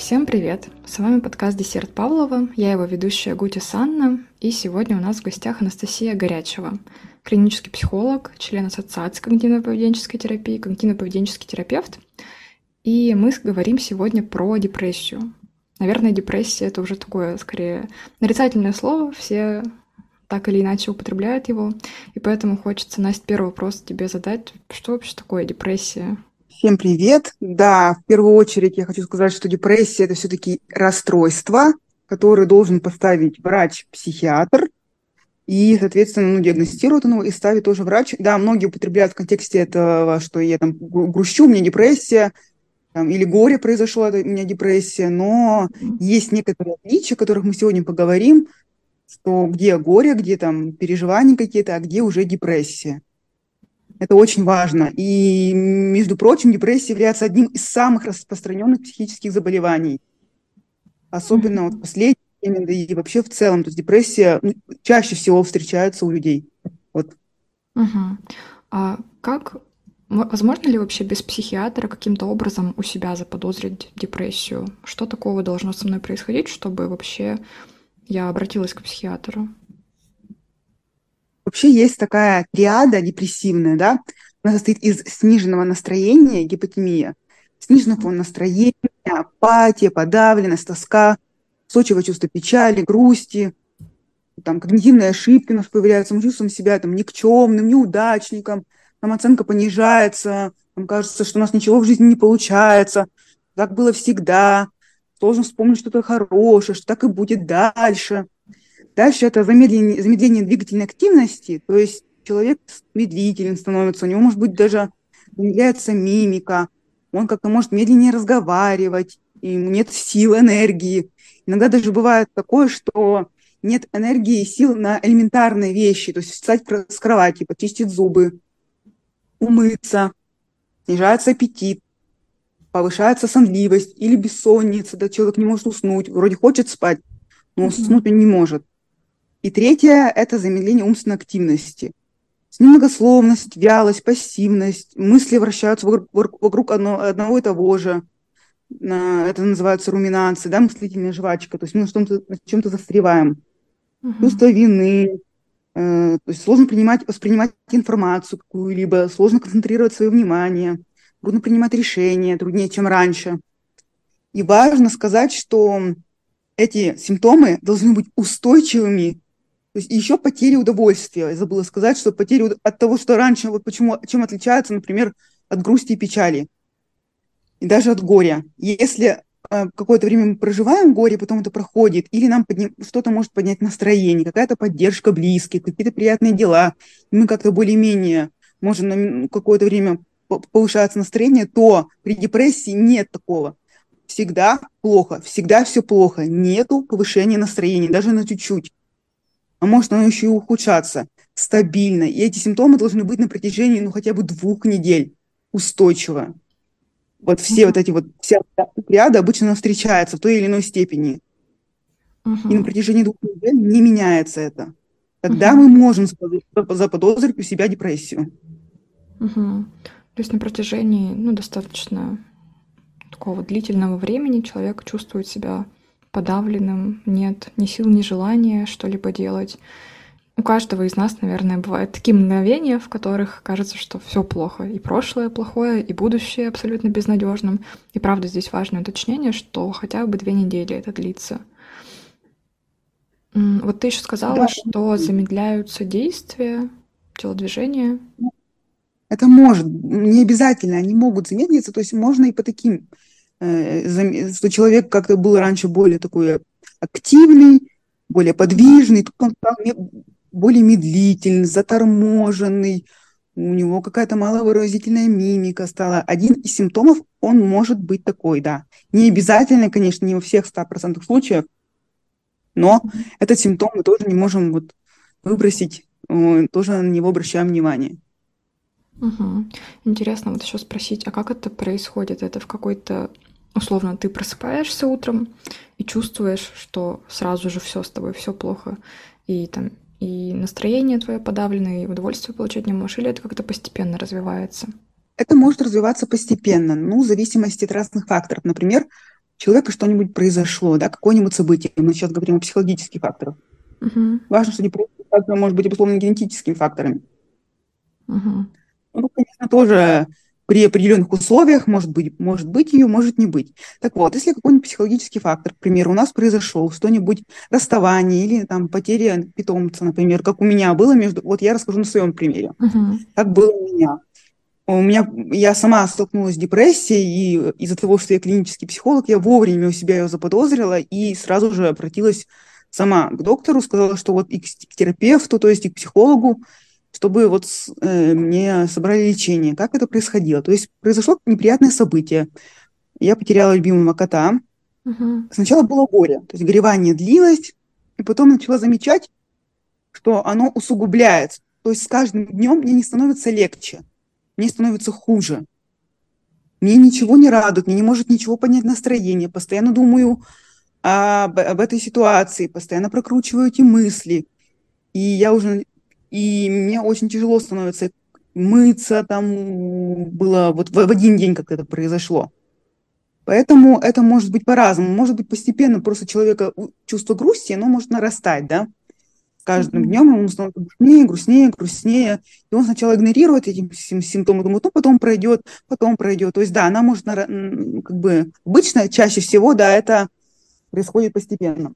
Всем привет! С вами подкаст «Десерт Павлова», я его ведущая Гути Санна, и сегодня у нас в гостях Анастасия Горячева, клинический психолог, член Ассоциации когнитивно-поведенческой терапии, когнитивно-поведенческий терапевт. И мы говорим сегодня про депрессию. Наверное, депрессия — это уже такое, скорее, нарицательное слово, все так или иначе употребляют его, и поэтому хочется, Настя, первый вопрос тебе задать. Что вообще такое депрессия? Всем привет. Да, в первую очередь я хочу сказать, что депрессия – это все-таки расстройство, которое должен поставить врач-психиатр, и, соответственно, диагностирует его и ставит тоже врач. Да, многие употребляют в контексте этого, что я там грущу, у меня депрессия, там, или горе произошло, у меня депрессия, но есть некоторые отличия, о которых мы сегодня поговорим, что где горе, где там переживания какие-то, а где уже депрессия. Это очень важно. И, между прочим, депрессия является одним из самых распространенных психических заболеваний. Особенно вот в последнее время, да и вообще в целом. То есть депрессия чаще всего встречается у людей. Вот. Мгм. А возможно ли вообще без психиатра каким-то образом у себя заподозрить депрессию? Что такого должно со мной происходить, чтобы вообще я обратилась к психиатру? Вообще есть такая триада депрессивная, да? Она состоит из сниженного настроения, гипотемия, сниженного настроения, апатия, подавленность, тоска, устойчивое чувство печали, грусти, там когнитивные ошибки у нас появляются, мы чувствуем себя там никчемным, неудачником, нам оценка понижается, нам кажется, что у нас ничего в жизни не получается, так было всегда, сложно вспомнить что-то хорошее, что так и будет дальше. Дальше это замедление двигательной активности, то есть человек медлителен становится, у него может быть даже замедляется мимика, он как-то может медленнее разговаривать, и ему нет сил, энергии. Иногда даже бывает такое, что нет энергии и сил на элементарные вещи, то есть встать с кровати, почистить зубы, умыться, снижается аппетит, повышается сонливость или бессонница, да, человек не может уснуть, вроде хочет спать, но Мгм. уснуть он не может. И третье – это замедление умственной активности. Немногословность, вялость, пассивность, мысли вращаются вокруг одного и того же. Это называется руминация, да, мыслительная жвачка. То есть мы на чем-то застреваем. Мгм. Чувство вины, то есть сложно воспринимать информацию какую-либо, сложно концентрировать свое внимание, трудно принимать решения, труднее, чем раньше. И важно сказать, что эти симптомы должны быть устойчивыми. То есть еще потери удовольствия. Я забыла сказать, что потери от того, что раньше, вот почему, чем отличается, например, от грусти и печали, и даже от горя. Если какое-то время мы проживаем горе, потом это проходит, или нам что-то может поднять настроение, какая-то поддержка близких, какие-то приятные дела, и мы как-то более-менее можем на какое-то время повышаться настроение, то при депрессии нет такого. Всегда плохо, всегда все плохо, нету повышения настроения, даже на чуть-чуть. А может оно еще и ухудшаться стабильно. И эти симптомы должны быть на протяжении, ну, хотя бы 2 недель устойчиво. Вот все вот эти вот, вся триада обычно встречается в той или иной степени. И на Мгм. протяжении 2 недель не меняется это. Тогда Мгм. мы можем заподозрить у себя депрессию. Мгм. То есть на протяжении, достаточно такого длительного времени человек чувствует себя подавленным, нет ни сил, ни желания что-либо делать. У каждого из нас, наверное, бывают такие мгновения, в которых кажется, что все плохо. И прошлое плохое, и будущее абсолютно безнадежным. И правда, здесь важное уточнение, что хотя бы 2 недели это длится. Вот ты еще сказала, Да, что замедляются действия, телодвижения. это может, не обязательно, они могут замедлиться, то есть можно и по таким, что человек как-то был раньше более такой активный, более подвижный, тут он стал более медлительный, заторможенный, у него какая-то маловыразительная мимика стала. Один из симптомов, он может быть такой, да. Не обязательно, конечно, не во всех 100% случаев, но этот симптом мы тоже не можем вот выбросить, тоже на него обращаем внимание. Мгм. Интересно вот еще спросить, а как это происходит? Это в какой-то, условно, ты просыпаешься утром и чувствуешь, что сразу же все с тобой, все плохо, и там и настроение твое подавлено, и удовольствие получать не можешь, или это как-то постепенно развивается? Это может развиваться постепенно, ну, в зависимости от разных факторов. Например, человека что-нибудь произошло, да, какое-нибудь событие. Мы сейчас говорим о психологических факторах. Мгм. Важно, что депрессия также может быть обусловлена генетическими факторами. Мгм. Ну, конечно, тоже при определенных условиях может быть ее, может не быть. Так вот, если какой-нибудь психологический фактор, к примеру, у нас произошел что-нибудь, расставание или там потеря питомца, например, как у меня было вот я расскажу на своем примере, Мгм. как было у меня. Я сама столкнулась с депрессией, и из-за того, что я клинический психолог, я вовремя у себя ее заподозрила и сразу же обратилась сама к доктору, сказала, что вот и к терапевту, то есть и к психологу, чтобы мне собрали лечение. Как это происходило? То есть произошло неприятное событие. Я потеряла любимого кота. Мгм. Сначала было горе, то есть горевание длилось, и потом начала замечать, что оно усугубляется. То есть с каждым днем мне не становится легче, мне становится хуже. Мне ничего не радует, мне не может ничего поднять настроение. Постоянно думаю об этой ситуации, постоянно прокручиваю эти мысли. И я уже, и мне очень тяжело становится мыться, там было вот в один день, как это произошло. Поэтому это может быть по-разному. Может быть постепенно просто человека чувство грусти, оно может нарастать, да. С каждым Мгм. днем ему становится грустнее, грустнее, грустнее. И он сначала игнорирует эти симптомы, думает, ну, потом пройдет. То есть, да, она может, как бы, обычно, чаще всего, да, это происходит постепенно.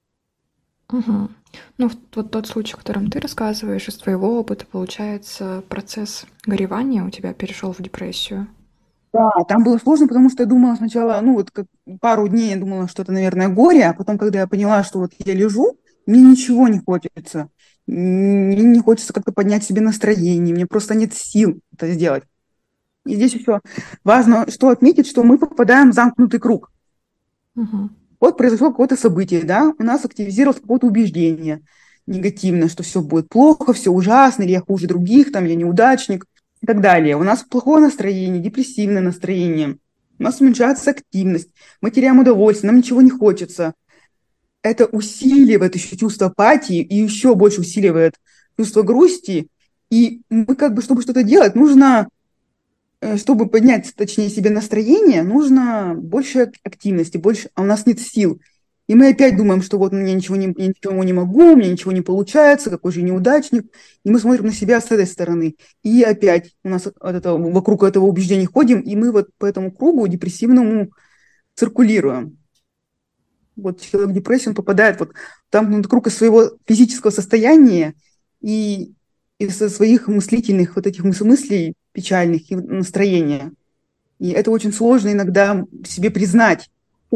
Мгм. Ну, вот тот случай, о котором ты рассказываешь, из твоего опыта, получается, процесс горевания у тебя перешел в депрессию. Да, там было сложно, потому что я думала сначала, ну, вот как пару дней я думала, что это, наверное, горе, а потом, когда я поняла, что вот я лежу, мне ничего не хочется. Мне не хочется как-то поднять себе настроение, мне просто нет сил это сделать. И здесь еще важно что отметить, что мы попадаем в замкнутый круг. Мгм. Вот произошло какое-то событие, да, у нас активизировалось какое-то убеждение негативное, что все будет плохо, все ужасно, или я хуже других, там, я неудачник и так далее. У нас плохое настроение, депрессивное настроение, у нас уменьшается активность, мы теряем удовольствие, нам ничего не хочется. Это усиливает еще чувство апатии и еще больше усиливает чувство грусти. И мы как бы, чтобы что-то делать, нужно чтобы поднять, точнее, себе настроение, нужно больше активности, больше, а у нас нет сил. И мы опять думаем, что вот я ничего не могу, у меня ничего не получается, какой же неудачник. И мы смотрим на себя с этой стороны. И опять у нас вокруг этого убеждения ходим, и мы вот по этому кругу депрессивному циркулируем. Вот человек в депрессии, он попадает вот в замкнутый круг из своего физического состояния и из своих мыслительных вот этих мыслей печальных и настроения. И это очень сложно иногда себе признать.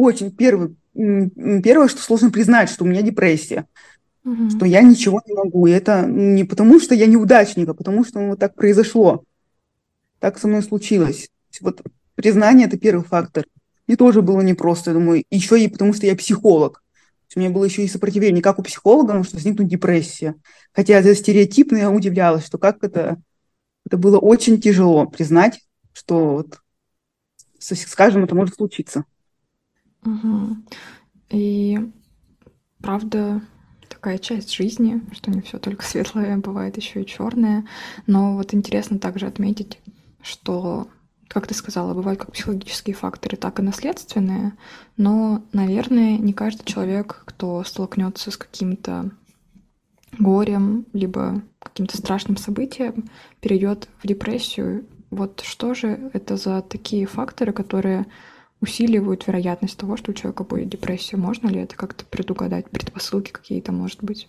Первое, что сложно признать, что у меня депрессия, Мгм. что я ничего не могу. И это не потому, что я неудачник, а потому, что вот так произошло. Так со мной случилось. Вот признание – это первый фактор. Мне тоже было непросто, я думаю. Еще и потому, что я психолог. То есть у меня было еще и сопротивление, как у психолога может возникнуть депрессия. Хотя это стереотипно, я удивлялась, что как это было очень тяжело признать, что вот, скажем, это может случиться. Мгм. И правда, такая часть жизни, что не все только светлое, бывает еще и черное. Но вот интересно также отметить, что, как ты сказала, бывают как психологические факторы, так и наследственные. Но, наверное, не каждый человек, кто столкнется с каким-то горем, либо каким-то страшным событием, перейдет в депрессию. Вот что же это за такие факторы, которые усиливают вероятность того, что у человека будет депрессия? Можно ли это как-то предугадать? Предпосылки какие-то, может быть?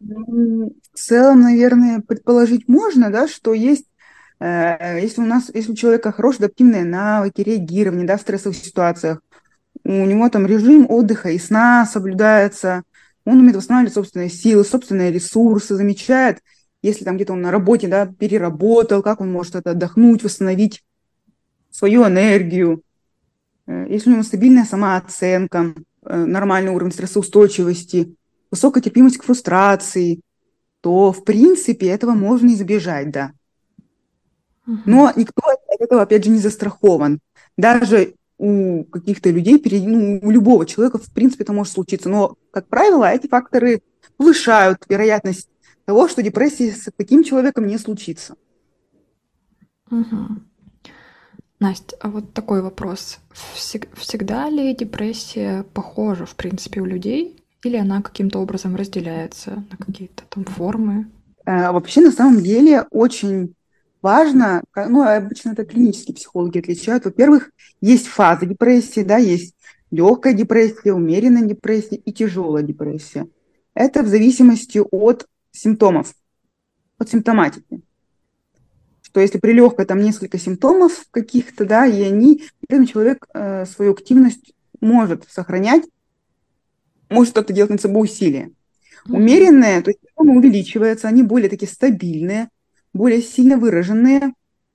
В целом, наверное, предположить можно, да, что если у человека хорошие адаптивные навыки, реагирование, да, в стрессовых ситуациях, у него там режим отдыха и сна соблюдается, он умеет восстанавливать собственные силы, собственные ресурсы, замечает, если там где-то он на работе, да, переработал, как он может это отдохнуть, восстановить свою энергию, если у него стабильная самооценка, нормальный уровень стрессоустойчивости, высокая терпимость к фрустрации, то, в принципе, этого можно избежать, да. Мгм. Но никто от этого, опять же, не застрахован. Даже у каких-то людей, ну, у любого человека, в принципе, это может случиться. Но, как правило, эти факторы повышают вероятность того, что депрессия с таким человеком не случится. Мгм. Настя, а вот такой вопрос. Всегда ли депрессия похожа, в принципе, у людей, или она каким-то образом разделяется на какие-то там формы? Вообще, на самом деле, очень важно, ну, обычно это клинические психологи отличают. Во-первых, есть фазы депрессии, да, есть легкая депрессия, умеренная депрессия и тяжелая депрессия. Это в зависимости от симптомов, от симптоматики. Что если при легкой там несколько симптомов каких-то, да, и они, при этом человек свою активность может сохранять, может как-то делать над собой усилия. Мгм. Умеренные, то есть симптомы увеличиваются, они более такие стабильные, более сильно выраженные,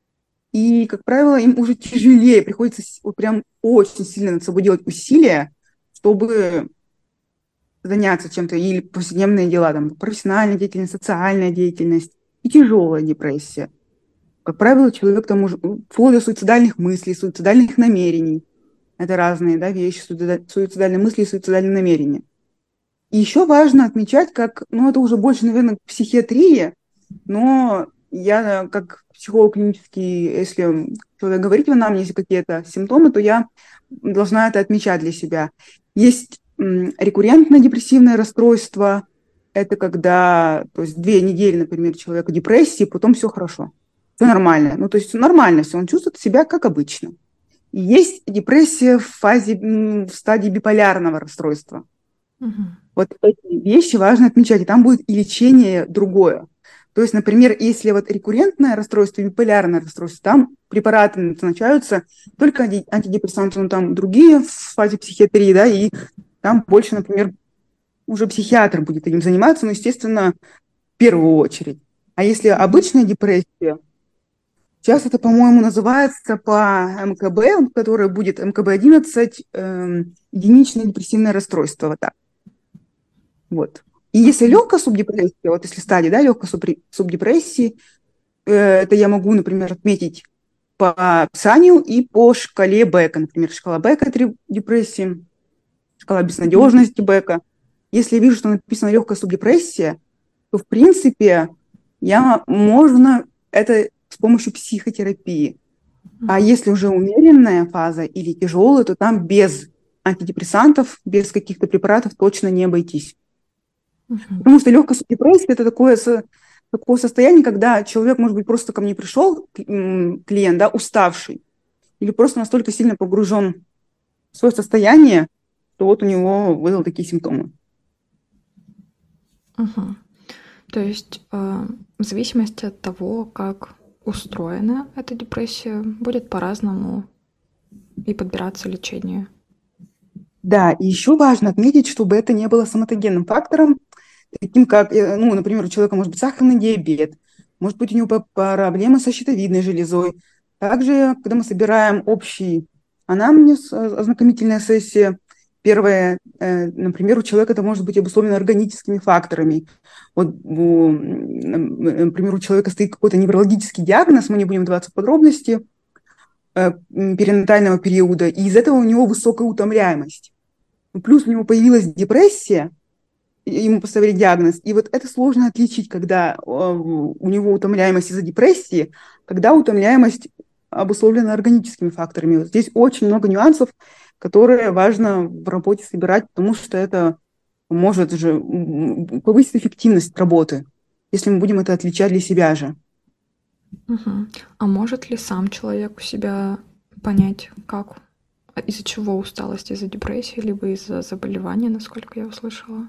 и, как правило, им уже тяжелее, приходится вот прям очень сильно над собой делать усилия, чтобы заняться чем-то, или повседневные дела, там, профессиональная деятельность, социальная деятельность и тяжелая депрессия. Как правило, человек там уже вплоть до суицидальных мыслей, суицидальных намерений. Это разные, да, вещи, суицидальные мысли и суицидальные намерения. И еще важно отмечать, как, ну, это уже больше, наверное, психиатрия, но я, как психолог клинический, если человек говорит в анамнезе какие-то симптомы, то я должна это отмечать для себя. Есть рекуррентное депрессивное расстройство. Это когда, то есть 2 недели, например, человека депрессии, потом все хорошо, все нормально. Ну, то есть нормально все, он чувствует себя как обычно. И есть депрессия в фазе, в стадии биполярного расстройства. Мгм. Вот эти вещи важно отмечать, и там будет и лечение другое. То есть, например, если вот рекуррентное расстройство, биполярное расстройство, там препараты назначаются только антидепрессанты, но там другие в фазе психиатрии, да, и там больше, например, уже психиатр будет этим заниматься, но, естественно, в первую очередь. А если Мгм. обычная депрессия, сейчас это, по-моему, называется по МКБ, которое будет МКБ-11, единичное депрессивное расстройство, вот так. Вот. И если Мгм. легкая субдепрессия, вот если стадия, да, легкой субдепрессии, это я могу, например, отметить по описанию и по шкале Бека. Например, шкала Бека – это депрессии, шкала Мгм. безнадежности Бека. Если я вижу, что написано легкая субдепрессия, то, в принципе, можно это с помощью психотерапии. А Мгм. если уже умеренная фаза или тяжелая, то там без антидепрессантов, без каких-то препаратов точно не обойтись. Мгм. Потому что легкая депрессия – это такое состояние, когда человек, может быть, просто ко мне пришел, клиент, да, уставший, или просто настолько сильно погружен в свое состояние, что вот у него вызвало такие симптомы. Мгм. То есть, в зависимости от того, как устроена эта депрессия, будет по-разному и подбираться лечение. Да, и еще важно отметить, чтобы это не было соматогенным фактором, таким как, ну, например, у человека может быть сахарный диабет, может быть у него проблемы со щитовидной железой. Также, когда мы собираем общий анамнез, ознакомительная сессия, первое, например, у человека это может быть обусловлено органическими факторами. Вот, например, у человека стоит какой-то неврологический диагноз, мы не будем вдаваться в подробности, перинатального периода, и из этого у него высокая утомляемость. Ну, плюс у него появилась депрессия, ему поставили диагноз. И вот это сложно отличить, когда у него утомляемость из-за депрессии, когда утомляемость обусловлена органическими факторами. Вот здесь очень много нюансов, которые важно в работе собирать, потому что это может же повысить эффективность работы, если мы будем это отличать для себя же. Мгм. А может ли сам человек у себя понять, как, из-за чего усталость, из-за депрессии, либо из-за заболевания, насколько я услышала?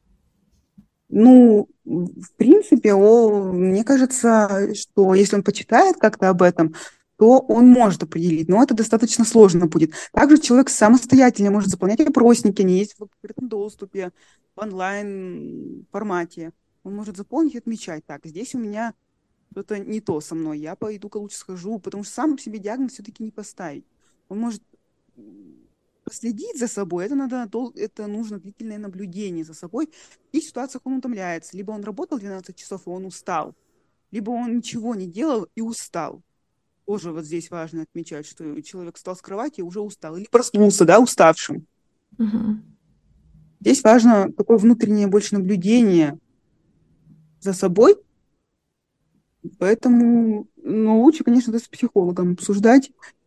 Ну, в принципе, мне кажется, что если он почитает как-то об этом, то он может определить, но это достаточно сложно будет. Также человек самостоятельно может заполнять опросники, они есть в открытом доступе, в онлайн формате. Он может заполнить и отмечать, так, здесь у меня что-то не то со мной, я пойду-ка лучше схожу, потому что сам себе диагноз все-таки не поставить. Он может последить за собой, это нужно длительное наблюдение за собой. В таких ситуациях он утомляется. Либо он работал 12 часов, и он устал, либо он ничего не делал и устал. Тоже вот здесь важно отмечать, что человек встал с кровати и уже устал. Или проснулся, да, уставшим. Мгм. Здесь важно такое внутреннее больше наблюдение за собой, поэтому, ну, лучше, конечно, это с психологом обсуждать.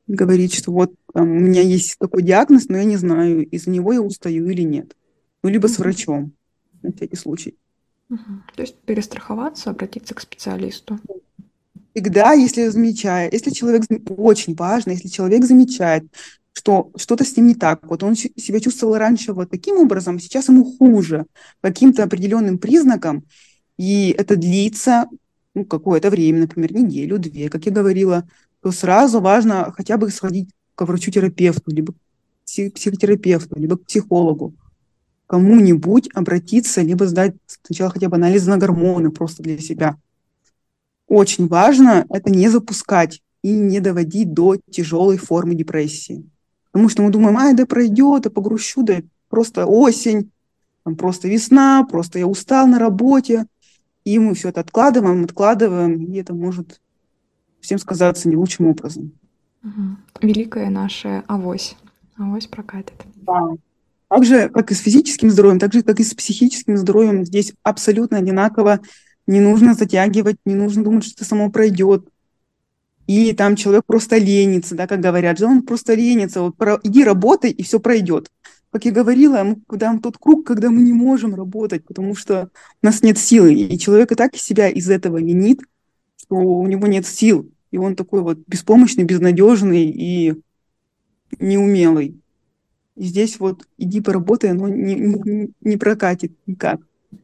говорить, что вот там, у меня есть такой диагноз, но я не знаю, из-за него я устаю или нет. Ну, либо с Мгм. врачом, на всякий случай. Мгм. То есть перестраховаться, обратиться к специалисту. Всегда, если замечает, если человек, очень важно, если человек замечает, что что-то с ним не так, вот он себя чувствовал раньше вот таким образом, сейчас ему хуже, по каким-то определенным признакам, и это длится ну, какое-то время, например, неделю, две, как я говорила, то сразу важно хотя бы сходить к врачу-терапевту, либо к психотерапевту, либо к психологу, кому-нибудь обратиться, либо сдать сначала хотя бы анализы на гормоны просто для себя. Очень важно это не запускать и не доводить до тяжелой формы депрессии. Потому что мы думаем, да пройдет, я погрущу, да просто осень, там просто весна, просто я устал на работе. И мы все это откладываем, и это может всем сказаться не лучшим образом. Мгм. Великая наша авось. Авось прокатит. Да. Так же, как и с физическим здоровьем, так же, как и с психическим здоровьем, здесь абсолютно одинаково. Не нужно затягивать, не нужно думать, что это само пройдет. И там человек просто ленится, да, как говорят, же он просто ленится, вот иди работай, и все пройдет. Как я говорила, мы куда тот круг, когда мы не можем работать, потому что у нас нет силы, и человек и так себя из этого винит, что у него нет сил, и он такой вот беспомощный, безнадежный и неумелый. И здесь вот иди поработай, оно не прокатит никак.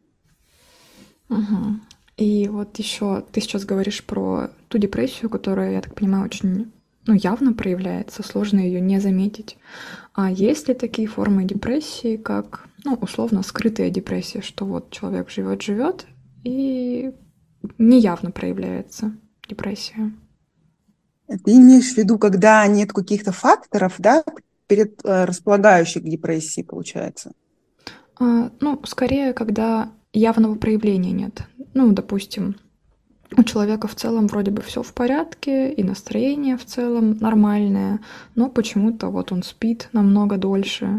Мгм. И вот еще ты сейчас говоришь про ту депрессию, которая, я так понимаю, очень явно проявляется, сложно ее не заметить. А есть ли такие формы депрессии, как, условно, скрытая депрессия, что вот человек живет и неявно проявляется депрессия? Ты имеешь в виду, когда нет каких-то факторов, да, перед располагающих к депрессии, получается? Скорее, когда явного проявления нет. Допустим, у человека в целом вроде бы все в порядке, и настроение в целом нормальное, но почему-то вот он спит намного дольше.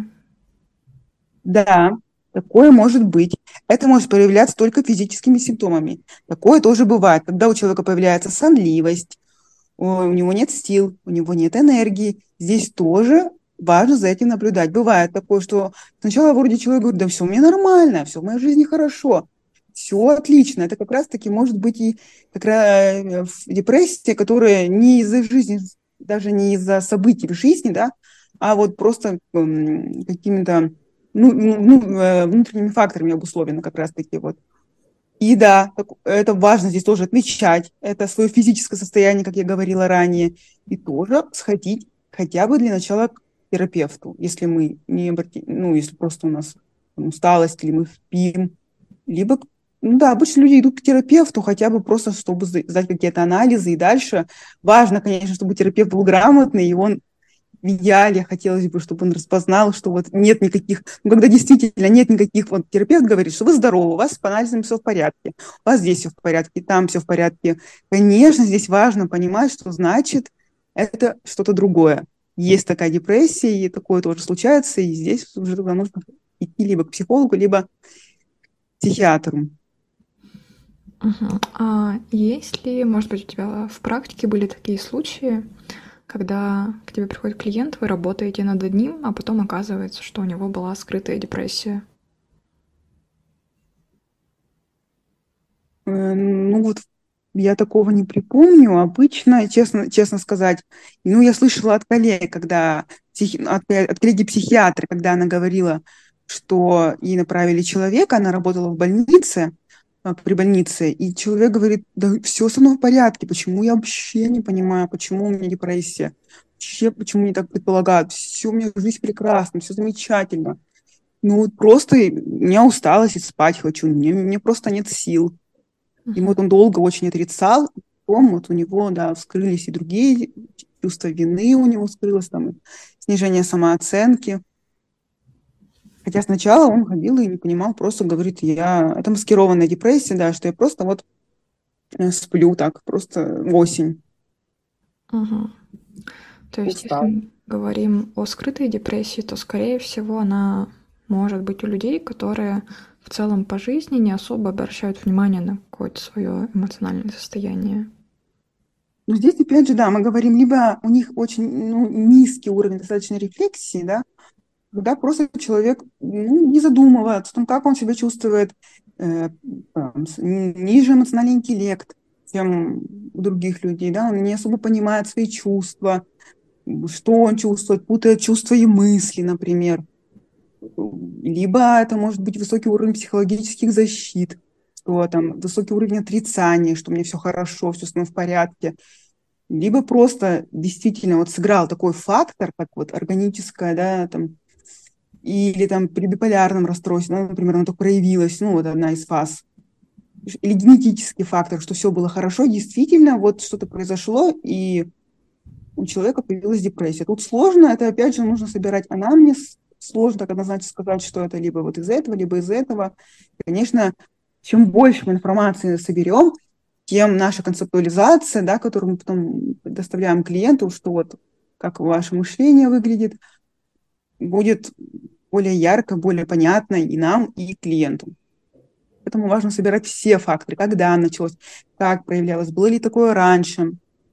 Да, такое может быть. Это может проявляться только физическими симптомами. Такое тоже бывает, когда у человека появляется сонливость, у него нет сил, у него нет энергии. Здесь тоже важно за этим наблюдать. Бывает такое, что сначала вроде человек говорит, да все у меня нормально, все в моей жизни хорошо, все отлично. Это как раз-таки может быть и депрессия, которая не из-за жизни, даже не из-за событий в жизни, да, а вот просто какими-то внутренними факторами обусловлена как раз-таки вот. И да, это важно здесь тоже отмечать, это свое физическое состояние, как я говорила ранее, и тоже сходить хотя бы для начала к терапевту, если мы не обратим, если просто у нас усталость, или мы спим, либо, да, обычно люди идут к терапевту хотя бы просто, чтобы сдать какие-то анализы, и дальше важно, конечно, чтобы терапевт был грамотный, и он в идеале хотелось бы, чтобы он распознал, что вот нет никаких, когда действительно нет никаких, вот терапевт говорит, что вы здоровы, у вас по анализам все в порядке, у вас здесь все в порядке, там все в порядке. Конечно, здесь важно понимать, что значит это что-то другое. Есть такая депрессия, и такое тоже случается, и здесь уже тогда нужно идти либо к психологу, либо к психиатру. Мгм. А есть ли, может быть, у тебя в практике были такие случаи, когда к тебе приходит клиент, вы работаете над одним, а потом оказывается, что у него была скрытая депрессия? Ну вот я такого не припомню. Обычно, честно сказать, я слышала от коллег, когда от коллеги-психиатра, когда она говорила, что ей направили человека, она работала в больнице, при больнице, и человек говорит, да все со мной в порядке, почему я вообще не понимаю, почему у меня депрессия, вообще почему мне так предполагают, все, у меня жизнь прекрасна, все замечательно. Ну вот просто у меня усталость и спать хочу, мне просто нет сил. И Мгм. вот он долго очень отрицал, потом вот у него, да, вскрылись и другие чувства вины у него вскрылось, там, и снижение самооценки. Хотя сначала он ходил и не понимал, просто говорит, это маскированная депрессия, да, что я просто вот сплю так, просто осень, Мгм. То есть, если устал. мы говорим о скрытой депрессии, то, скорее всего, она может быть у людей, которые в целом по жизни не особо обращают внимание на какое-то свое эмоциональное состояние. Но здесь, опять же, да, мы говорим, либо у них очень низкий уровень достаточно рефлексии, да, когда просто человек не задумывается о том, как он себя чувствует, э, ниже эмоциональный интеллект, чем у других людей, да, он не особо понимает свои чувства, что он чувствует, путает чувства и мысли, например. Либо это может быть высокий уровень психологических защит, что там высокий уровень отрицания, что мне все хорошо, все со мной в порядке. Либо просто действительно вот сыграл такой фактор, как вот органическое, да, там, или там при биполярном расстройстве, ну, например, оно так проявилось, ну, вот одна из фаз, или генетический фактор, что все было хорошо, действительно, вот что-то произошло, и у человека появилась депрессия. Тут сложно, это опять же нужно собирать анамнез, сложно так однозначно сказать, что это либо вот из этого, либо из этого. Конечно, чем больше мы информации соберем, тем наша концептуализация, да, которую мы потом предоставляем клиенту, что вот как ваше мышление выглядит, будет более ярко, более понятно и нам, и клиенту. Поэтому важно собирать все факторы, когда началось, как проявлялось, было ли такое раньше,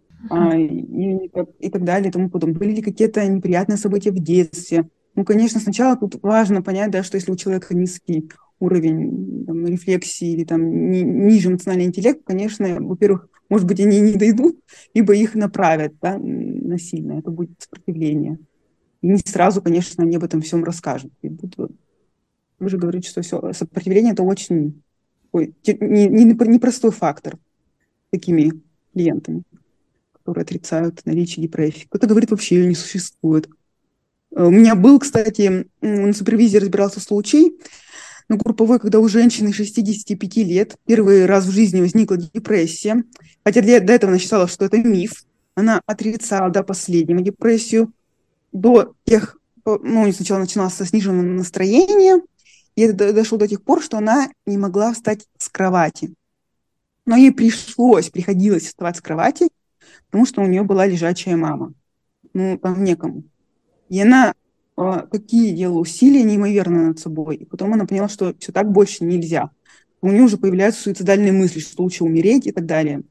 и так далее, и тому подобное. Были ли какие-то неприятные события в детстве? Ну, конечно, сначала тут важно понять, да, что если у человека низкий уровень там, рефлексии или там ниже эмоциональный интеллект, конечно, во-первых, может быть, они не дойдут, либо их направят, да, насильно, это будет сопротивление. И не сразу, конечно, они об этом всем расскажут. И будут, вы же говорите, что все, сопротивление – это очень непростой фактор такими клиентами, которые отрицают наличие депрессии. Кто-то говорит, вообще ее не существует. У меня был, кстати, на супервизии разбирался случай на групповой, когда у женщины 65 лет первый раз в жизни возникла депрессия. Хотя до этого она считала, что это миф. Она отрицала до последнего депрессию. До тех, ну, сначала начиналось со сниженного настроения, и это дошло до тех пор, что она не могла встать с кровати. Но ей приходилось вставать с кровати, потому что у нее была лежачая мама. Ну, там некому. И она такие делала усилия неимоверно над собой. И потом она поняла, что все так больше нельзя. У нее уже появляются суицидальные мысли, что лучше умереть и так далее.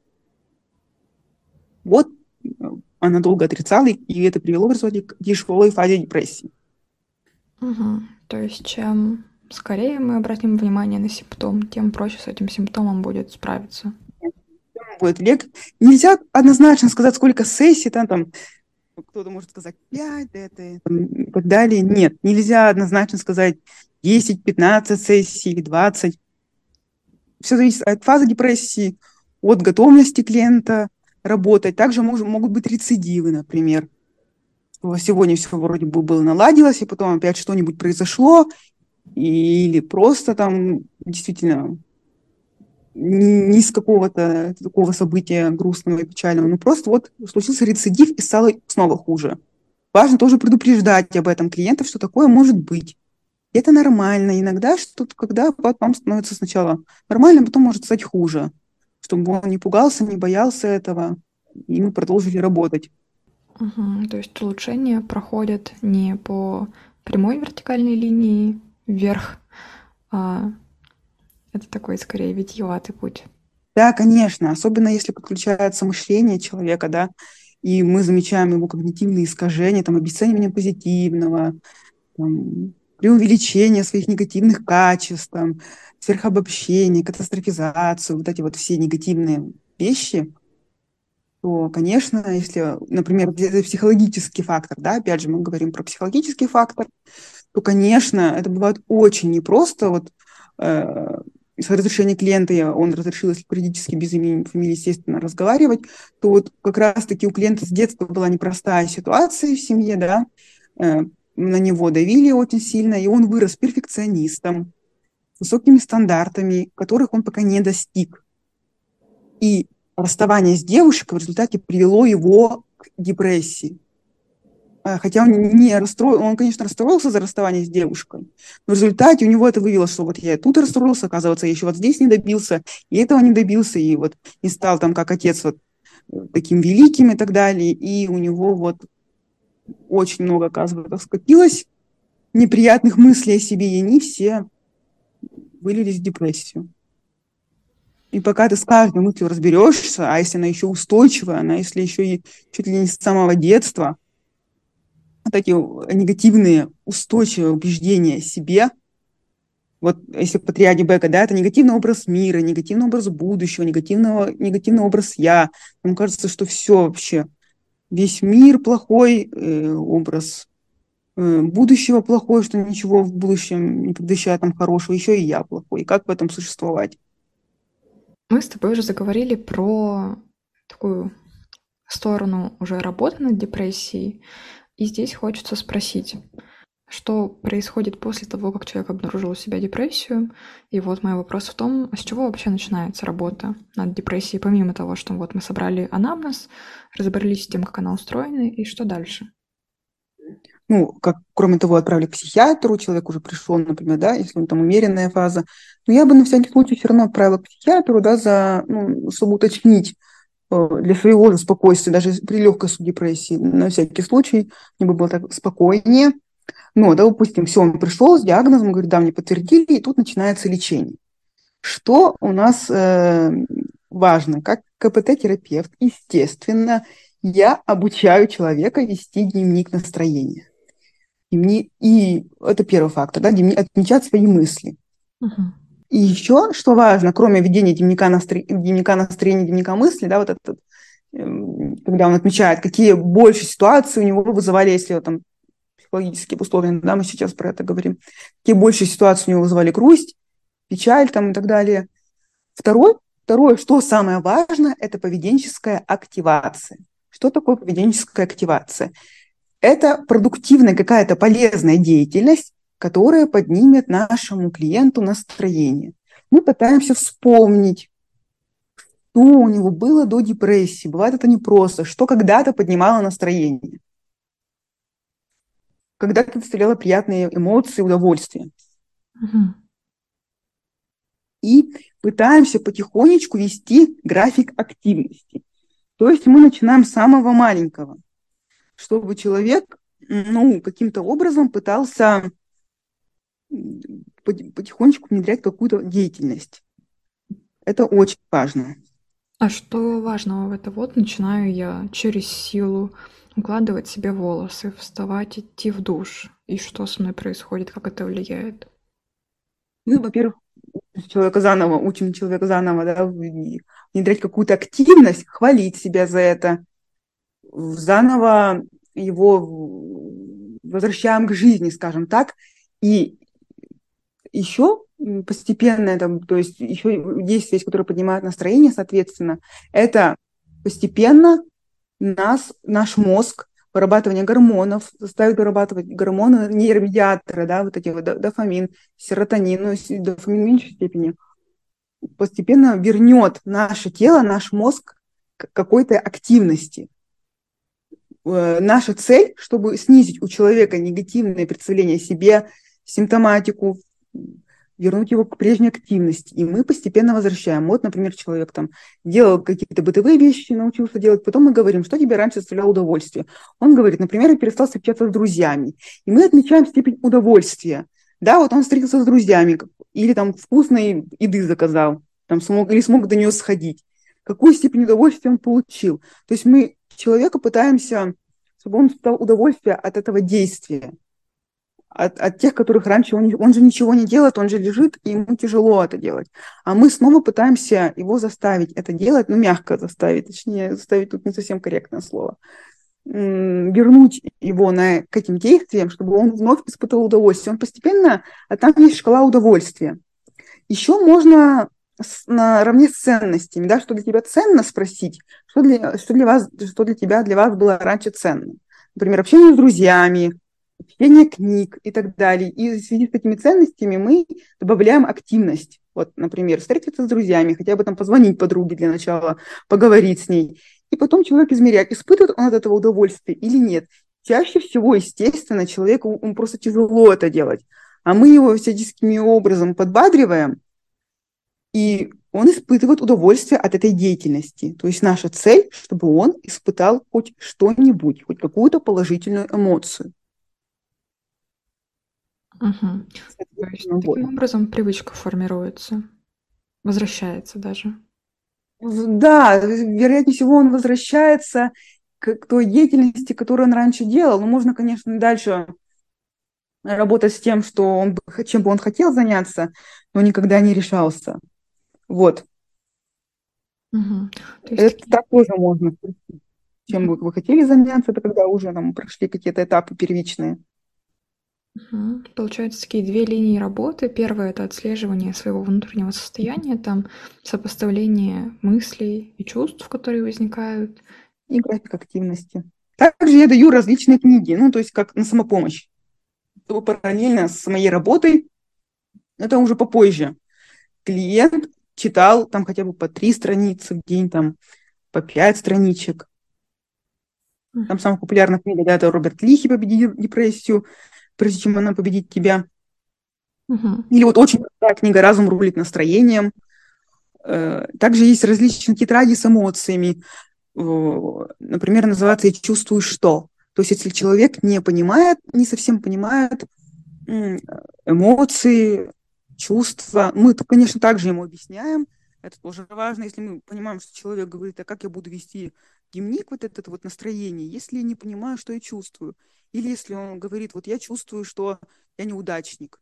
Вот она долго отрицала, и это привело в результате к тяжелой фазе депрессии. Угу. То есть чем скорее мы обратим внимание на симптом, тем проще с этим симптомом будет справиться. Вот, нельзя однозначно сказать, сколько сессий, там кто-то может сказать 5, это, там, и так далее. Нет, нельзя однозначно сказать 10, 15 сессий, 20. Все зависит от фазы депрессии, от готовности клиента работать. Также могут быть рецидивы, например. Что сегодня все вроде бы было наладилось, и потом опять что-нибудь произошло, или просто там действительно не из какого-то такого события грустного и печального, но просто вот случился рецидив и стало снова хуже. Важно тоже предупреждать об этом клиентов, что такое может быть. И это нормально. Иногда, что когда вам становится сначала нормально, а потом может стать хуже. Чтобы он не пугался, не боялся этого, и мы продолжили работать. Угу. То есть улучшения проходят не по прямой вертикальной линии вверх, а это такой скорее витиеватый путь. Да, конечно, особенно если подключается мышление человека, да, и мы замечаем его когнитивные искажения, там, обесценивание позитивного, там, преувеличение своих негативных качеств, там, сверхобобщение, катастрофизацию, вот эти вот все негативные вещи, то, конечно, если, например, это психологический фактор, да, опять же, мы говорим про психологический фактор, то, конечно, это бывает очень непросто. Вот с разрешения клиента он разрешил, если юридически без имени и фамилии, естественно, разговаривать, то вот как раз-таки у клиента с детства была непростая ситуация в семье, да, на него давили очень сильно, и он вырос перфекционистом, с высокими стандартами, которых он пока не достиг. И расставание с девушкой в результате привело его к депрессии. Хотя он не расстроил, он, конечно, расстроился за расставание с девушкой, но в результате у него это вывело, что вот я тут расстроился, оказывается, я еще вот здесь не добился, и этого не добился, и вот не стал там как отец вот таким великим и так далее, и у него вот очень много, оказывается, скопилось неприятных мыслей о себе, и они все вылились в депрессию. И пока ты с каждой мыслью разберешься, а если она еще устойчивая, она если еще и чуть ли не с самого детства, вот эти негативные устойчивые убеждения о себе, вот если по триаде Бека, да, это негативный образ мира, негативный образ будущего, негативный образ я. Мне кажется, что все вообще, весь мир плохой, образ будущего плохое, что ничего в будущем не предвещает нам хорошего, еще и я плохой. И как в этом существовать? Мы с тобой уже заговорили про такую сторону уже работы над депрессией. И здесь хочется спросить, что происходит после того, как человек обнаружил у себя депрессию? И вот мой вопрос в том, с чего вообще начинается работа над депрессией, помимо того, что вот мы собрали анамнез, разобрались с тем, как она устроена, и что дальше? Ну, как, кроме того, отправили к психиатру, человек уже пришел, например, да, если он там умеренная фаза. Но я бы на всякий случай все равно отправила к психиатру, да, ну, чтобы уточнить для своего же спокойствия, даже при легкой депрессии, на всякий случай, мне бы было так спокойнее. Ну, да, допустим, все, он пришел с диагнозом, говорит, да, мне подтвердили, и тут начинается лечение. Что у нас важно? Как КПТ-терапевт, естественно, я обучаю человека вести дневник настроения. И это первый фактор, да, отмечать свои мысли. Мгм. И еще, что важно, кроме ведения дневника настроения, дневника мысли, да, вот этот, когда он отмечает, какие больше ситуации у него вызывали, если вот там психологически обусловлены, да, мы сейчас про это говорим, какие больше ситуации у него вызывали грусть, печаль там и так далее. Второе, что самое важное, это поведенческая активация. Что такое поведенческая активация? Это продуктивная какая-то полезная деятельность, которая поднимет нашему клиенту настроение. Мы пытаемся вспомнить, что у него было до депрессии. Бывает это непросто, что когда-то поднимало настроение, когда-то доставляло приятные эмоции, удовольствие. Мгм. И пытаемся потихонечку вести график активности. То есть мы начинаем с самого маленького, чтобы человек, ну, каким-то образом пытался потихонечку внедрять какую-то деятельность. Это очень важно. А что важного в это? Вот начинаю я через силу укладывать себе волосы, вставать, идти в душ. И что со мной происходит, как это влияет? Мы, во-первых, учим человека заново, да, внедрять какую-то активность, хвалить себя за это, заново его возвращаем к жизни, скажем так. И еще постепенно, это, то есть еще действия, которые поднимают настроение, соответственно, это постепенно наш мозг, вырабатывание гормонов, заставит вырабатывать гормоны, нейромедиаторы, да, вот эти вот дофамин, серотонин, ну, дофамин в меньшей степени, постепенно вернет наше тело, наш мозг к какой-то активности. Наша цель, чтобы снизить у человека негативное представление о себе, симптоматику, вернуть его к прежней активности. И мы постепенно возвращаем. Вот, например, человек там делал какие-то бытовые вещи, научился делать. Потом мы говорим, что тебе раньше доставляло удовольствие. Он говорит, например, я перестал встречаться с друзьями. И мы отмечаем степень удовольствия. Да, вот он встретился с друзьями, или там вкусной еды заказал, там смог до нее сходить. Какую степень удовольствия он получил. То есть мы человека пытаемся, чтобы он стал удовольствие от этого действия, от тех, которых раньше он же ничего не делает, он же лежит, и ему тяжело это делать. А мы снова пытаемся его заставить это делать, ну, мягко заставить, точнее, заставить тут не совсем корректное слово, вернуть его к этим действиям, чтобы он вновь испытывал удовольствие. Он постепенно, а там есть шкала удовольствия. Еще можно наравне с ценностями, да, что для тебя ценно спросить, что для вас было раньше ценно. Например, общение с друзьями, чтение книг и так далее. И в связи с этими ценностями мы добавляем активность. Вот, например, встретиться с друзьями, хотя бы там позвонить подруге для начала, поговорить с ней. И потом человек измеряет, испытывает он от этого удовольствие или нет. Чаще всего, естественно, человеку он просто тяжело это делать. А мы его всяческим образом подбадриваем, и он испытывает удовольствие от этой деятельности. То есть наша цель, чтобы он испытал хоть что-нибудь, хоть какую-то положительную эмоцию. Мгм. То есть Соответственно, вот. таким образом привычка формируется. Возвращается даже. Да, вероятнее всего, он возвращается к той деятельности, которую он раньше делал. Но можно, конечно, дальше работать с тем, что чем бы он хотел заняться, но никогда не решался. Вот. Мгм. То есть Это такие. так тоже можно. Чем бы Мгм. вы хотели заняться, это когда уже там прошли какие-то этапы первичные. Мгм. Получается, такие две линии работы. Первая — это отслеживание своего внутреннего состояния, там сопоставление мыслей и чувств, которые возникают. И график активности. Также я даю различные книги, ну, то есть как на самопомощь. То параллельно с моей работой, это уже попозже. Клиент читал там хотя бы по 3 страницы в день, там по 5 страничек. Там Мгм. самая популярная книга, да, это Роберт Лихи «Победи депрессию», прежде чем она победит тебя. Мгм. Или вот очень простая книга «Разум рулит настроением». Также есть различные тетради с эмоциями. Например, называется «Я чувствую что». То есть если человек не понимает, не совсем понимает эмоции, чувства, мы, конечно, также ему объясняем. Это тоже важно, если мы понимаем, что человек говорит, а как я буду вести дневник вот это вот настроение, если я не понимаю, что я чувствую. Или если он говорит, вот я чувствую, что я неудачник.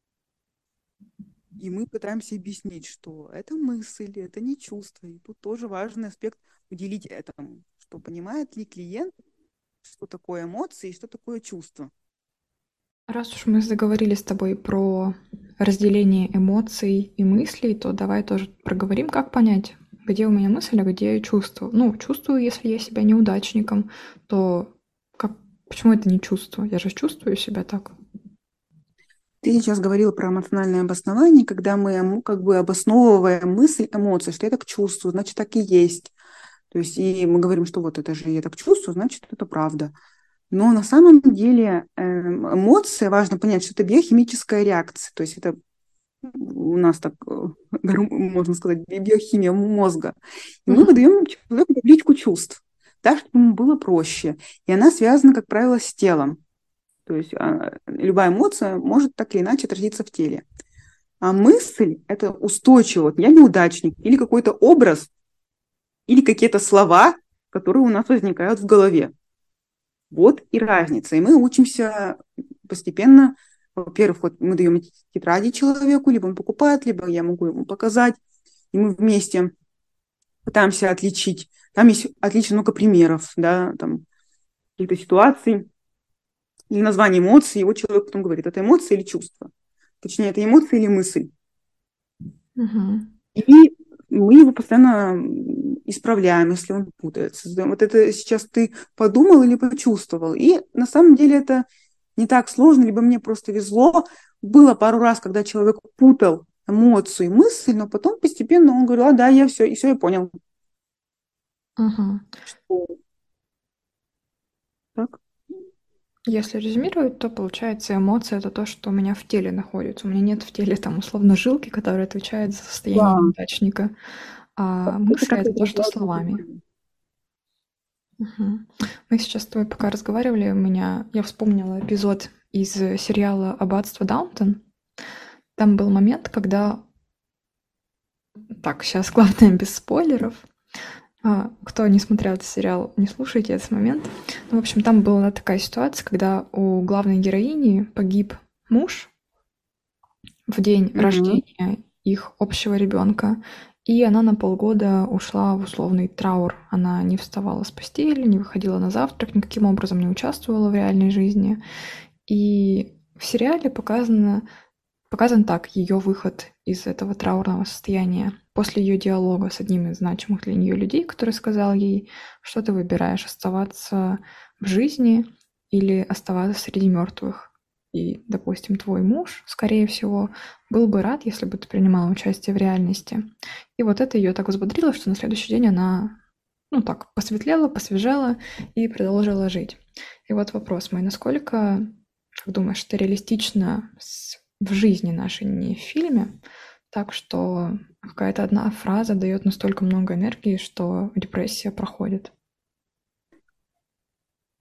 И мы пытаемся объяснить, что это мысль, это не чувство. И тут тоже важный аспект уделить этому, что понимает ли клиент, что такое эмоции и что такое чувство. Раз уж мы заговорили с тобой про разделение эмоций и мыслей, то давай тоже проговорим, как понять, где у меня мысль, а где чувство. Ну, чувствую, если я себя неудачником, то как, почему это не чувство? Я же чувствую себя так. Ты сейчас говорил про эмоциональное обоснование, когда мы как бы обосновываем мысль, эмоции, что я так чувствую, значит, так и есть. То есть и мы говорим, что вот это же я так чувствую, значит, это правда. Но на самом деле эмоции, важно понять, что это биохимическая реакция. То есть это у нас так, можно сказать, биохимия мозга. И мы Мгм. выдаем человеку табличку чувств, так, чтобы ему было проще. И она связана, как правило, с телом. То есть любая эмоция может так или иначе отразиться в теле. А мысль – это устойчиво. Вот я неудачник. Или какой-то образ, или какие-то слова, которые у нас возникают в голове. Вот и разница. И мы учимся постепенно. Во-первых, вот мы даем эти тетради человеку, либо он покупает, либо я могу ему показать. И мы вместе пытаемся отличить. Там есть отлично много примеров, да, там каких-то ситуаций или название эмоций. И вот человек потом говорит, это эмоция или чувство. Точнее, это эмоция или мысль. Мгм. И мы его постоянно исправляем, если он путается. Вот это сейчас ты подумал или почувствовал. И на самом деле это не так сложно, либо мне просто везло. Было пару раз, когда человек путал эмоцию и мысль, но потом постепенно он говорил, а да, я все, и все, я понял. Мгм. Что так? Если резюмировать, то получается эмоция — это то, что у меня в теле находится. У меня нет в теле там условно жилки, которая отвечает за состояние Да, неудачника, а это мысли — как-то это то, что отражается на словами. бумаге. Мгм. Мы сейчас с тобой пока разговаривали, я вспомнила эпизод из сериала «Аббатство Даунтон». Там был момент, когда... Так, сейчас главное без спойлеров. Кто не смотрел этот сериал, не слушайте этот момент. Ну, в общем, там была такая ситуация, когда у главной героини погиб муж в день Мгм. рождения их общего ребенка, и она на полгода ушла в условный траур. Она не вставала с постели, не выходила на завтрак, никаким образом не участвовала в реальной жизни. И в сериале показан так ее выход из этого траурного состояния. После ее диалога с одним из значимых для нее людей, который сказал ей, что ты выбираешь, оставаться в жизни или оставаться среди мертвых. И, допустим, твой муж, скорее всего, был бы рад, если бы ты принимала участие в реальности. И вот это ее так взбодрило, что на следующий день она, ну так, посветлела, посвежела и продолжила жить. И вот вопрос мой, насколько, как думаешь, это реалистично в жизни нашей, не в фильме, так что какая-то одна фраза дает настолько много энергии, что депрессия проходит?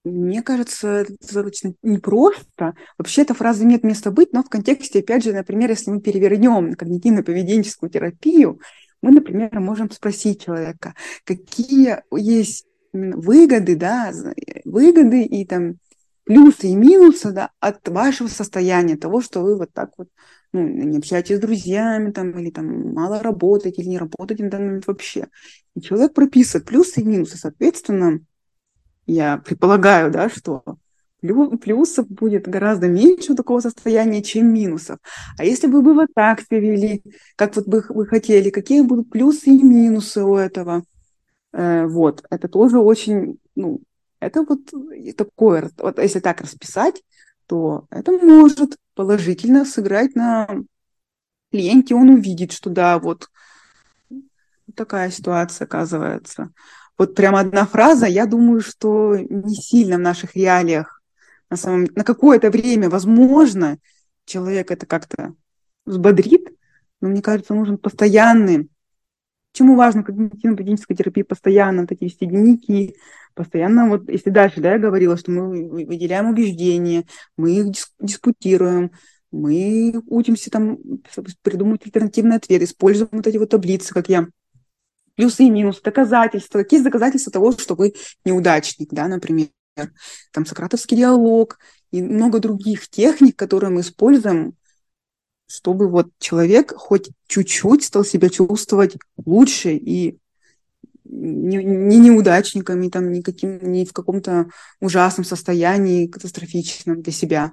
Мне кажется, это достаточно непросто. Вообще эта фраза имеет место быть, но в контексте, опять же, например, если мы перевернем когнитивно-поведенческую терапию, мы, например, можем спросить человека, какие есть выгоды, да, выгоды и там плюсы и минусы, да, от вашего состояния, того, что вы вот так вот, ну, не общаетесь с друзьями там, или там мало работаете, или не работаете на данный момент вообще. И человек прописывает плюсы и минусы, соответственно, я предполагаю, да, что плюсов будет гораздо меньше у такого состояния, чем минусов. А если бы вы вот так себя вели, как вот бы вы хотели, какие будут плюсы и минусы у этого? Вот, это тоже очень, ну, это вот такое, вот если так расписать, то это может положительно сыграть на клиенте, он увидит, что да, вот такая ситуация оказывается. Вот прямо одна фраза, я думаю, что не сильно в наших реалиях. На какое-то время, возможно, человек это как-то взбодрит, но мне кажется, нужен постоянный. Почему важно когнитивно-поведенческая терапия постоянно вот эти вести дневники, постоянно, вот если дальше, да, я говорила, что мы выделяем убеждения, мы их дискутируем, мы учимся там придумывать альтернативный ответ, используем вот эти вот таблицы, как я плюсы и минусы, доказательства. Какие доказательства того, что вы неудачник, да, например, там сократовский диалог и много других техник, которые мы используем, чтобы вот человек хоть чуть-чуть стал себя чувствовать лучше и не неудачником, и там никаким, не в каком-то ужасном состоянии, катастрофичном для себя.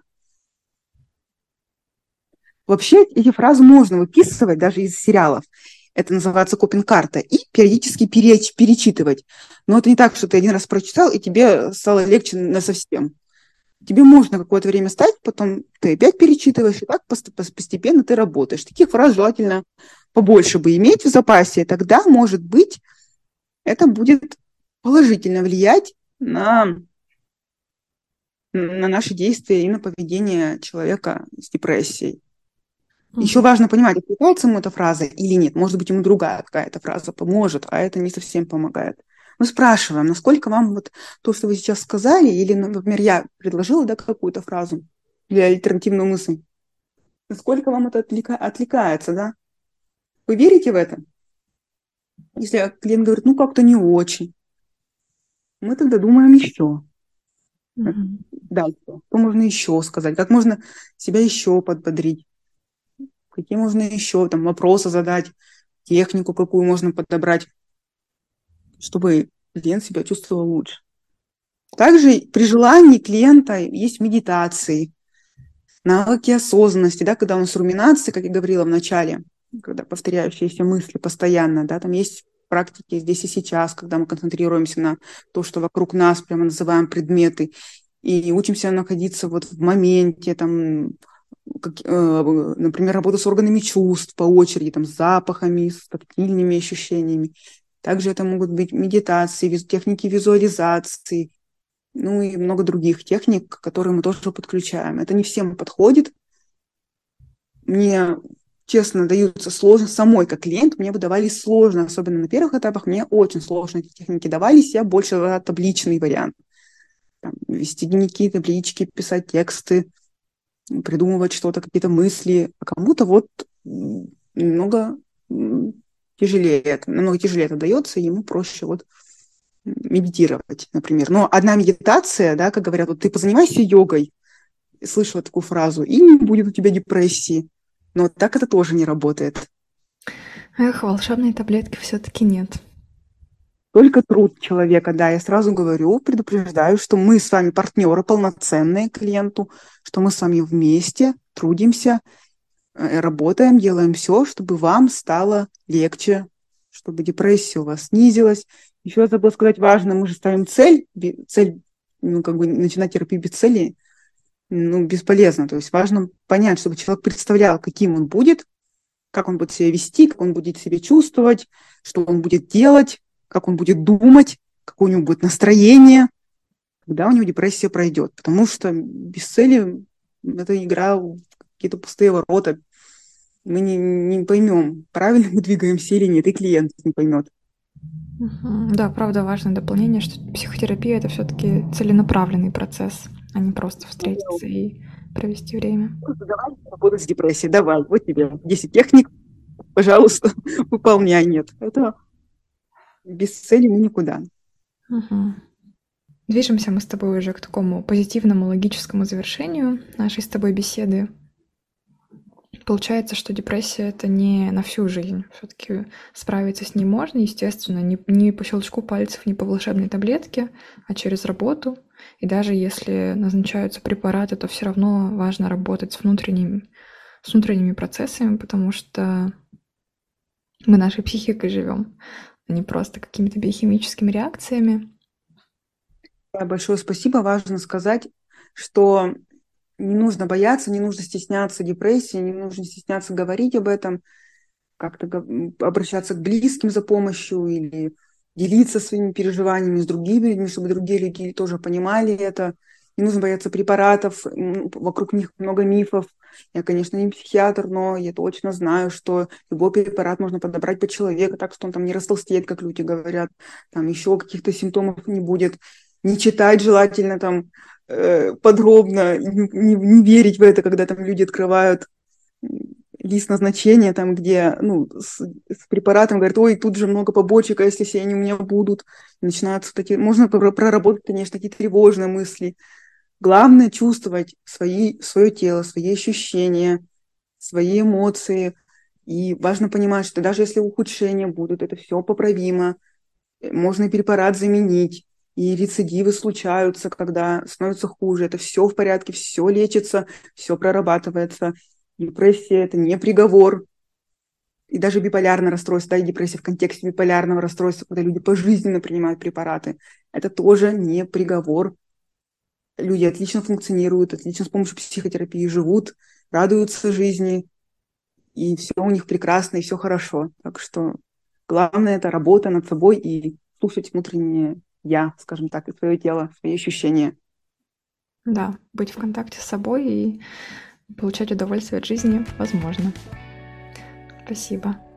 Вообще эти фразы можно выписывать даже из сериалов. Это называется копинг-карта. И периодически перечитывать. Но это не так, что ты один раз прочитал, и тебе стало легче насовсем. Тебе можно какое-то время стать, потом ты опять перечитываешь, и так постепенно ты работаешь. Таких фраз желательно побольше бы иметь в запасе. Тогда, может быть, это будет положительно влиять на наши действия и на поведение человека с депрессией. Еще Мгм. важно понимать, откликается ему эта фраза или нет. Может быть, ему другая какая-то фраза поможет, а это не совсем помогает. Мы спрашиваем, насколько вам вот то, что вы сейчас сказали, или, например, я предложила, да, какую-то фразу или альтернативную мысль, насколько вам это откликается, да? Вы верите в это? Если клиент говорит, ну, как-то не очень, мы тогда думаем еще. Мгм. Дальше. Что можно еще сказать? Как можно себя еще подбодрить? Какие можно еще там вопросы задать? Технику какую можно подобрать, чтобы клиент себя чувствовал лучше. Также при желании клиента есть медитации, навыки осознанности, да, когда у нас руминации, как я говорила в начале, когда повторяющиеся мысли постоянно, да, там есть практики здесь и сейчас, когда мы концентрируемся на то, что вокруг нас, прямо называем предметы, и учимся находиться вот в моменте, там, например, работа с органами чувств по очереди, там, с запахами, с тактильными ощущениями. Также это могут быть медитации, техники визуализации, ну и много других техник, которые мы тоже подключаем. Это не всем подходит. Мне, честно, даются сложно самой, как клиент, мне бы давались сложно, особенно на первых этапах, мне очень сложно эти техники давались, я больше за табличный вариант. Там, вести дневники, таблички, писать тексты, придумывать что-то, какие-то мысли. А кому-то вот немного тяжелее, намного тяжелее это дается, и ему проще вот медитировать, например. Но одна медитация, да, как говорят, вот ты позанимайся йогой, слышала такую фразу, и не будет у тебя депрессии. Но так это тоже не работает. Эх, волшебной таблетки все-таки нет. Только труд человека, да, я сразу говорю, предупреждаю, что мы с вами партнеры полноценные клиенту, что мы с вами вместе трудимся, работаем, делаем все, чтобы вам стало легче, чтобы депрессия у вас снизилась. Еще я забыла сказать важно, мы же ставим цель, ну, как бы начинать терапию без цели, ну, бесполезно. То есть важно понять, чтобы человек представлял, каким он будет, как он будет себя вести, как он будет себя чувствовать, что он будет делать, как он будет думать, какое у него будет настроение, когда у него депрессия пройдет. Потому что без цели это игра в какие-то пустые ворота. Мы не поймем, правильно мы двигаемся или нет, и клиент не поймет. Да, правда, важное дополнение, что психотерапия — это все-таки целенаправленный процесс, а не просто встретиться и провести время. Просто давай работать с депрессией, давай, вот тебе 10 техник, пожалуйста, выполняй. Нет, это без цели мы никуда. Мгм. Движемся мы с тобой уже к такому позитивному логическому завершению нашей с тобой беседы. Получается, что депрессия — это не на всю жизнь. Все-таки справиться с ней можно, естественно, не по щелчку пальцев, не по волшебной таблетке, а через работу. И даже если назначаются препараты, то все равно важно работать с внутренними процессами, потому что мы нашей психикой живем, а не просто какими-то биохимическими реакциями. Да, большое спасибо. Важно сказать, что не нужно бояться, не нужно стесняться депрессии, не нужно стесняться говорить об этом, как-то обращаться к близким за помощью или делиться своими переживаниями с другими людьми, чтобы другие люди тоже понимали это. Не нужно бояться препаратов, вокруг них много мифов. Я, конечно, не психиатр, но я точно знаю, что любой препарат можно подобрать под человека, так что он там не растолстеет, как люди говорят, там еще каких-то симптомов не будет. Не читать желательно там подробно, не верить в это, когда там люди открывают лист назначения, там, где, ну, с препаратом, говорят, ой, тут же много побочек, а если все они у меня будут? И начинаются такие, можно проработать, конечно, такие тревожные мысли. Главное чувствовать свое тело, свои ощущения, свои эмоции. И важно понимать, что даже если ухудшения будут, это все поправимо. Можно и препарат заменить. И рецидивы случаются, когда становится хуже. Это все в порядке, все лечится, все прорабатывается. Депрессия – это не приговор. И даже биполярное расстройство, да, и депрессия в контексте биполярного расстройства, когда люди пожизненно принимают препараты, это тоже не приговор. Люди отлично функционируют, отлично с помощью психотерапии живут, радуются жизни, и все у них прекрасно, и все хорошо. Так что главное – это работа над собой и слушать внутреннее я, скажем так, и свое тело, свои ощущения. Да, быть в контакте с собой и получать удовольствие от жизни возможно. Спасибо.